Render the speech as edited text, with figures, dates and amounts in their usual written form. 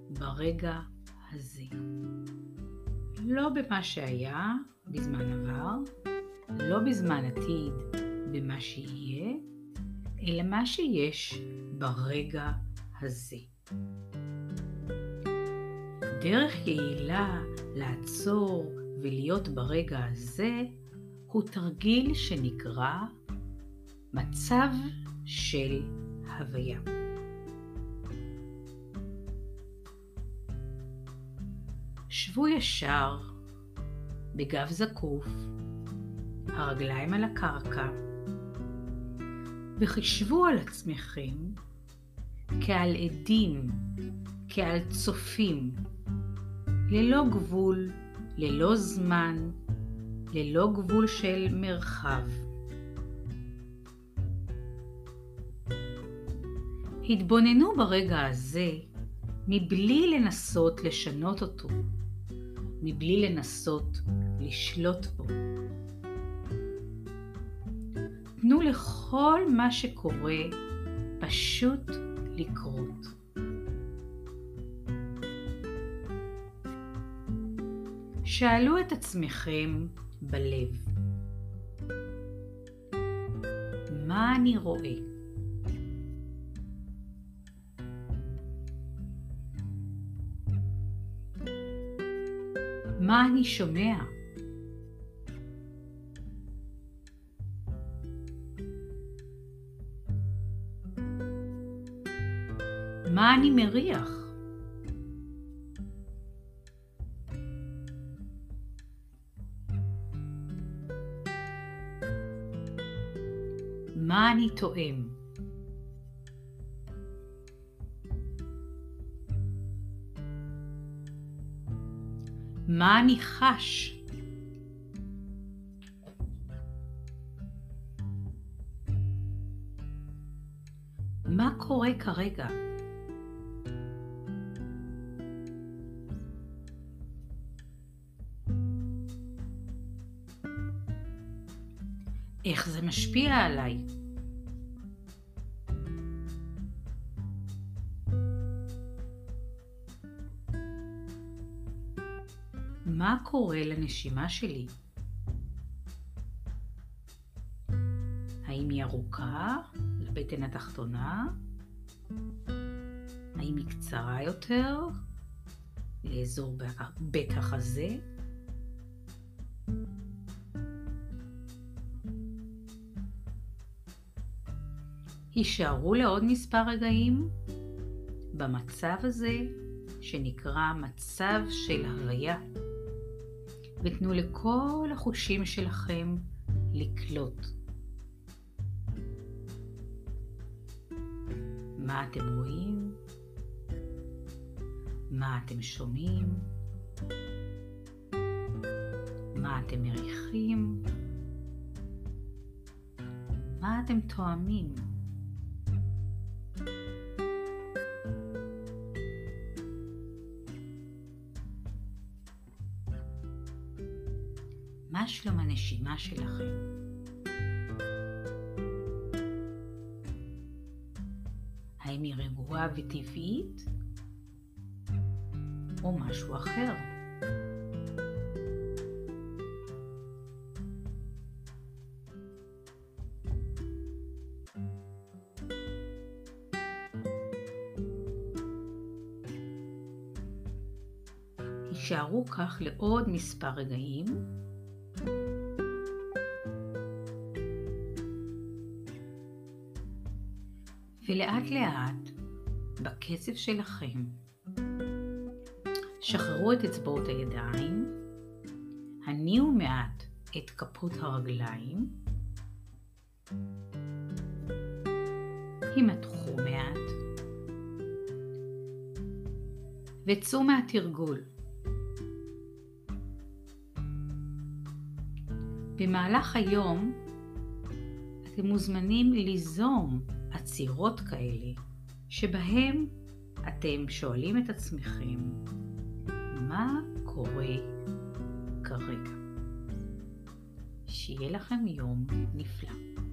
ברגע הזה. לא במה שהיה בזמן עבר, לא בזמן עתיד במה שיהיה, אלא מה שיש ברגע הזה. דרך יעילה לעצור ולהיות ברגע הזה הוא תרגיל שנקרא מצב של הוויה. שבו ישר, בגב זקוף, הרגליים על הקרקע, וחישבו על עצמכם כעל עדים, כעל צופים, ללא גבול, ללא זמן, ללא גבול של מרחב. התבוננו ברגע הזה מבלי לנסות לשנות אותו, מבלי לנסות לשלוט בו. תנו לכל מה שקורה פשוט לקרות. שאלו את עצמכם בלב, מה אני רואה? מה אני שומע? מה אני מריח? מה אני טועם? מה אני חש? מה קורה כרגע? איך זה משפיע עליי? מה קורה לנשימה שלי? האם היא ארוכה לבטן התחתונה? האם היא קצרה יותר לאזור בית החזה? הישארו לעוד מספר רגעים במצב הזה שנקרא מצב של הוויה, ותנו לכל החושים שלכם לקלוט. מה אתם רואים? מה אתם שומעים? מה אתם מריחים? מה אתם טועמים? מה שלום הנשימה שלכם? האם היא רגועה וטבעית? או משהו אחר? הישארו כך לעוד מספר רגעים. ולאט לאט, בקצב שלכם, שחררו את אצבעות הידיים, הניעו מעט את כפות הרגליים, הימתחו מעט, וצאו מהתרגול. במהלך היום, אתם מוזמנים ליזום עצירות כאלה, שבהם אתם שואלים את עצמכם, מה קורה כרגע? שיהיה לכם יום נפלא.